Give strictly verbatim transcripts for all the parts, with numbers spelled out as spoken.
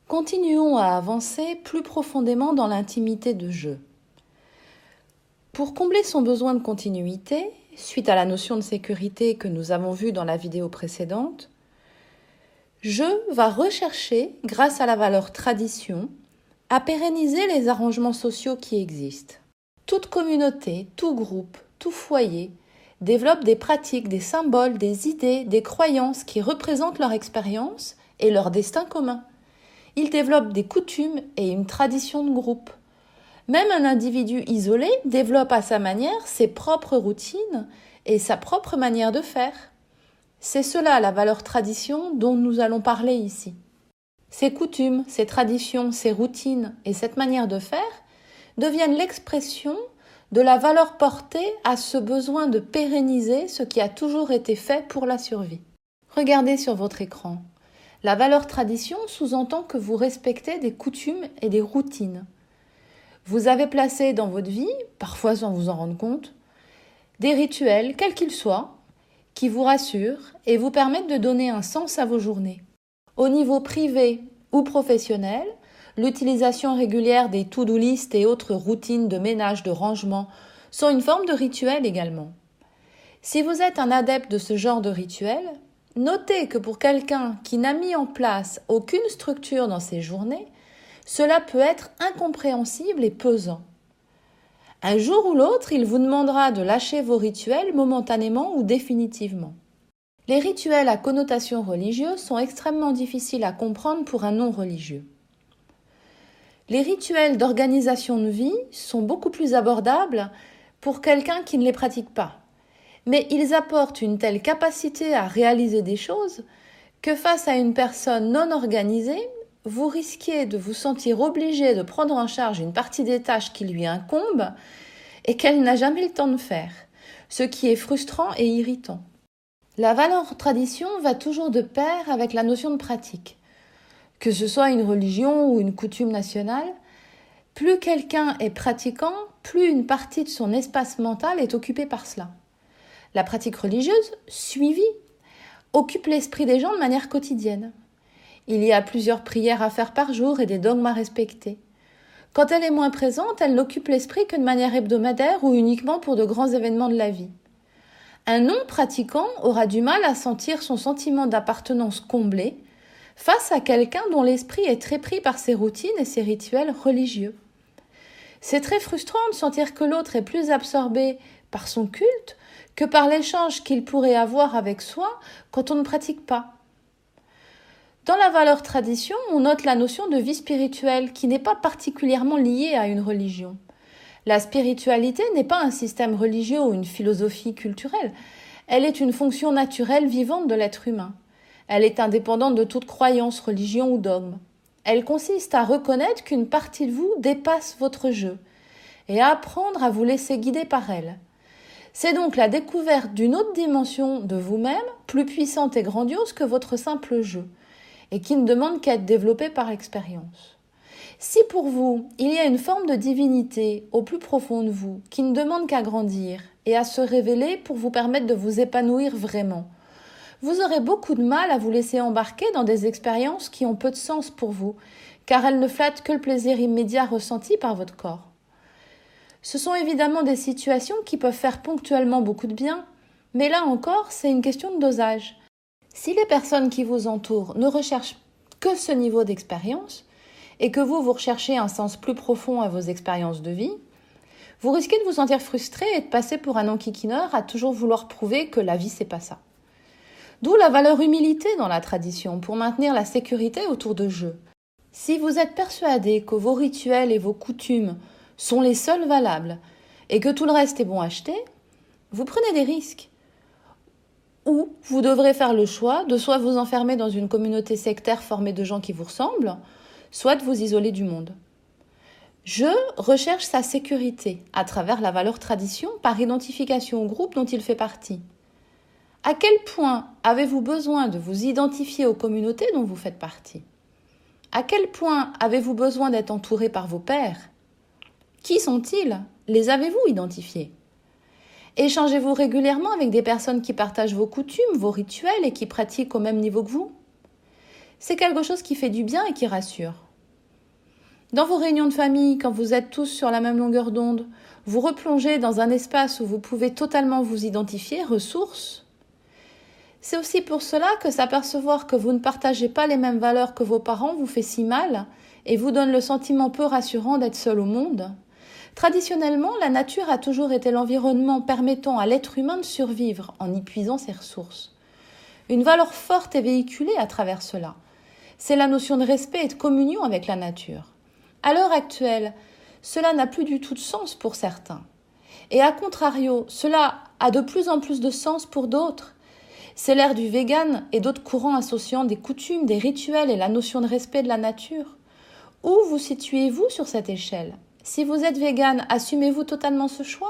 Continuons à avancer plus profondément dans l'intimité de jeu. Pour combler son besoin de continuité, suite à la notion de sécurité que nous avons vue dans la vidéo précédente, jeu va rechercher, grâce à la valeur tradition, à pérenniser les arrangements sociaux qui existent. Toute communauté, tout groupe, tout foyer développe des pratiques, des symboles, des idées, des croyances qui représentent leur expérience et leur destin commun. Ils développent des coutumes et une tradition de groupe. Même un individu isolé développe à sa manière ses propres routines et sa propre manière de faire. C'est cela la valeur tradition dont nous allons parler ici. Ces coutumes, ces traditions, ces routines et cette manière de faire deviennent l'expression de la valeur portée à ce besoin de pérenniser ce qui a toujours été fait pour la survie. Regardez sur votre écran. La valeur tradition sous-entend que vous respectez des coutumes et des routines. Vous avez placé dans votre vie, parfois sans vous en rendre compte, des rituels, quels qu'ils soient, qui vous rassurent et vous permettent de donner un sens à vos journées. Au niveau privé ou professionnel, l'utilisation régulière des to-do list et autres routines de ménage, de rangement sont une forme de rituel également. Si vous êtes un adepte de ce genre de rituel, notez que pour quelqu'un qui n'a mis en place aucune structure dans ses journées, cela peut être incompréhensible et pesant. Un jour ou l'autre, il vous demandera de lâcher vos rituels momentanément ou définitivement. Les rituels à connotation religieuse sont extrêmement difficiles à comprendre pour un non-religieux. Les rituels d'organisation de vie sont beaucoup plus abordables pour quelqu'un qui ne les pratique pas. Mais ils apportent une telle capacité à réaliser des choses que face à une personne non organisée, vous risquez de vous sentir obligé de prendre en charge une partie des tâches qui lui incombent et qu'elle n'a jamais le temps de faire, ce qui est frustrant et irritant. La valeur tradition va toujours de pair avec la notion de pratique. Que ce soit une religion ou une coutume nationale, plus quelqu'un est pratiquant, plus une partie de son espace mental est occupée par cela. La pratique religieuse, suivie, occupe l'esprit des gens de manière quotidienne. Il y a plusieurs prières à faire par jour et des dogmes à respecter. Quand elle est moins présente, elle n'occupe l'esprit que de manière hebdomadaire ou uniquement pour de grands événements de la vie. Un non-pratiquant aura du mal à sentir son sentiment d'appartenance comblé face à quelqu'un dont l'esprit est très pris par ses routines et ses rituels religieux. C'est très frustrant de sentir que l'autre est plus absorbé par son culte que par l'échange qu'il pourrait avoir avec soi quand on ne pratique pas. Dans la valeur tradition, on note la notion de vie spirituelle qui n'est pas particulièrement liée à une religion. La spiritualité n'est pas un système religieux ou une philosophie culturelle. Elle est une fonction naturelle vivante de l'être humain. Elle est indépendante de toute croyance, religion ou dogme. Elle consiste à reconnaître qu'une partie de vous dépasse votre jeu et à apprendre à vous laisser guider par elle. C'est donc la découverte d'une autre dimension de vous-même, plus puissante et grandiose que votre simple jeu, et qui ne demande qu'à être développée par l'expérience. Si pour vous, il y a une forme de divinité au plus profond de vous, qui ne demande qu'à grandir et à se révéler pour vous permettre de vous épanouir vraiment, vous aurez beaucoup de mal à vous laisser embarquer dans des expériences qui ont peu de sens pour vous, car elles ne flattent que le plaisir immédiat ressenti par votre corps. Ce sont évidemment des situations qui peuvent faire ponctuellement beaucoup de bien, mais là encore, c'est une question de dosage. Si les personnes qui vous entourent ne recherchent que ce niveau d'expérience, et que vous, vous recherchez un sens plus profond à vos expériences de vie, vous risquez de vous sentir frustré et de passer pour un enquiquineur à toujours vouloir prouver que la vie, c'est pas ça. D'où la valeur humilité dans la tradition pour maintenir la sécurité autour de jeux. Si vous êtes persuadé que vos rituels et vos coutumes sont les seuls valables et que tout le reste est bon à acheter, vous prenez des risques. Ou vous devrez faire le choix de soit vous enfermer dans une communauté sectaire formée de gens qui vous ressemblent, soit de vous isoler du monde. Je recherche sa sécurité à travers la valeur tradition par identification au groupe dont il fait partie. À quel point avez-vous besoin de vous identifier aux communautés dont vous faites partie ? À quel point avez-vous besoin d'être entouré par vos pairs ? Qui sont-ils ? Les avez-vous identifiés ? Échangez-vous régulièrement avec des personnes qui partagent vos coutumes, vos rituels et qui pratiquent au même niveau que vous ? c'est quelque chose qui fait du bien et qui rassure. Dans vos réunions de famille, quand vous êtes tous sur la même longueur d'onde, vous replongez dans un espace où vous pouvez totalement vous identifier, ressources. C'est aussi pour cela que s'apercevoir que vous ne partagez pas les mêmes valeurs que vos parents vous fait si mal et vous donne le sentiment peu rassurant d'être seul au monde. Traditionnellement, la nature a toujours été l'environnement permettant à l'être humain de survivre en y puisant ses ressources. Une valeur forte est véhiculée à travers cela. C'est la notion de respect et de communion avec la nature. À l'heure actuelle, cela n'a plus du tout de sens pour certains. Et à contrario, cela a de plus en plus de sens pour d'autres. C'est l'ère du vegan et d'autres courants associant des coutumes, des rituels et la notion de respect de la nature. Où vous situez-vous sur cette échelle ? Si vous êtes vegan, assumez-vous totalement ce choix ?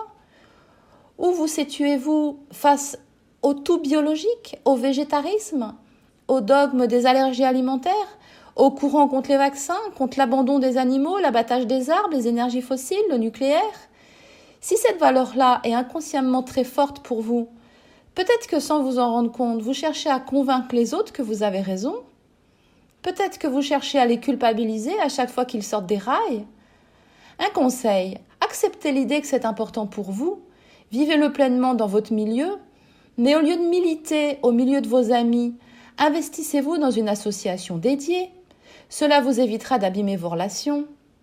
Où vous situez-vous face au tout biologique, au végétarisme, au dogme des allergies alimentaires, au courant contre les vaccins, contre l'abandon des animaux, l'abattage des arbres, les énergies fossiles, le nucléaire ? Si cette valeur-là est inconsciemment très forte pour vous, peut-être que sans vous en rendre compte, vous cherchez à convaincre les autres que vous avez raison. Peut-être que vous cherchez à les culpabiliser à chaque fois qu'ils sortent des rails. Un conseil, acceptez l'idée que c'est important pour vous, vivez-le pleinement dans votre milieu, mais au lieu de militer au milieu de vos amis, investissez-vous dans une association dédiée. Cela vous évitera d'abîmer vos relations.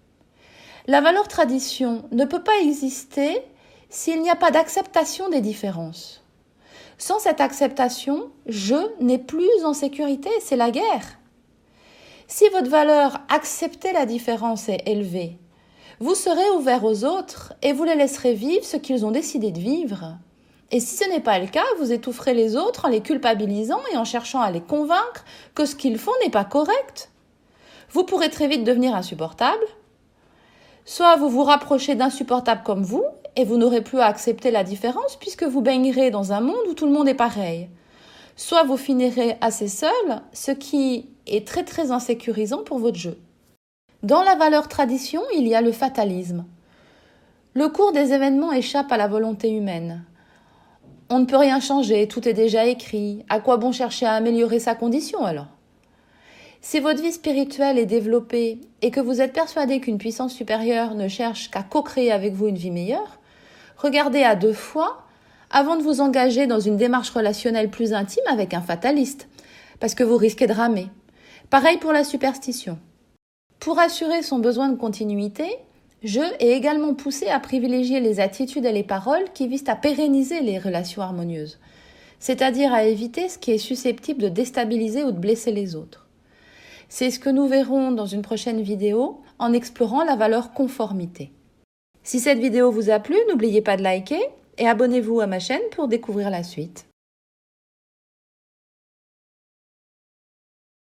La valeur tradition ne peut pas exister s'il n'y a pas d'acceptation des différences. Sans cette acceptation, je n'ai plus en sécurité, c'est la guerre. Si votre valeur accepter la différence est élevée, vous serez ouvert aux autres et vous les laisserez vivre ce qu'ils ont décidé de vivre. Et si ce n'est pas le cas, vous étoufferez les autres en les culpabilisant et en cherchant à les convaincre que ce qu'ils font n'est pas correct. Vous pourrez très vite devenir insupportable. Soit vous vous rapprochez d'insupportables comme vous et vous n'aurez plus à accepter la différence puisque vous baignerez dans un monde où tout le monde est pareil. Soit vous finirez assez seul, ce qui est très très insécurisant pour votre jeu. Dans la valeur tradition, il y a le fatalisme. Le cours des événements échappe à la volonté humaine. On ne peut rien changer, tout est déjà écrit. À quoi bon chercher à améliorer sa condition alors ? Si votre vie spirituelle est développée et que vous êtes persuadé qu'une puissance supérieure ne cherche qu'à co-créer avec vous une vie meilleure, regardez à deux fois avant de vous engager dans une démarche relationnelle plus intime avec un fataliste, parce que vous risquez de ramer. Pareil pour la superstition. Pour assurer son besoin de continuité, je est également poussé à privilégier les attitudes et les paroles qui visent à pérenniser les relations harmonieuses, c'est-à-dire à éviter ce qui est susceptible de déstabiliser ou de blesser les autres. C'est ce que nous verrons dans une prochaine vidéo en explorant la valeur conformité. Si cette vidéo vous a plu, n'oubliez pas de liker et abonnez-vous à ma chaîne pour découvrir la suite.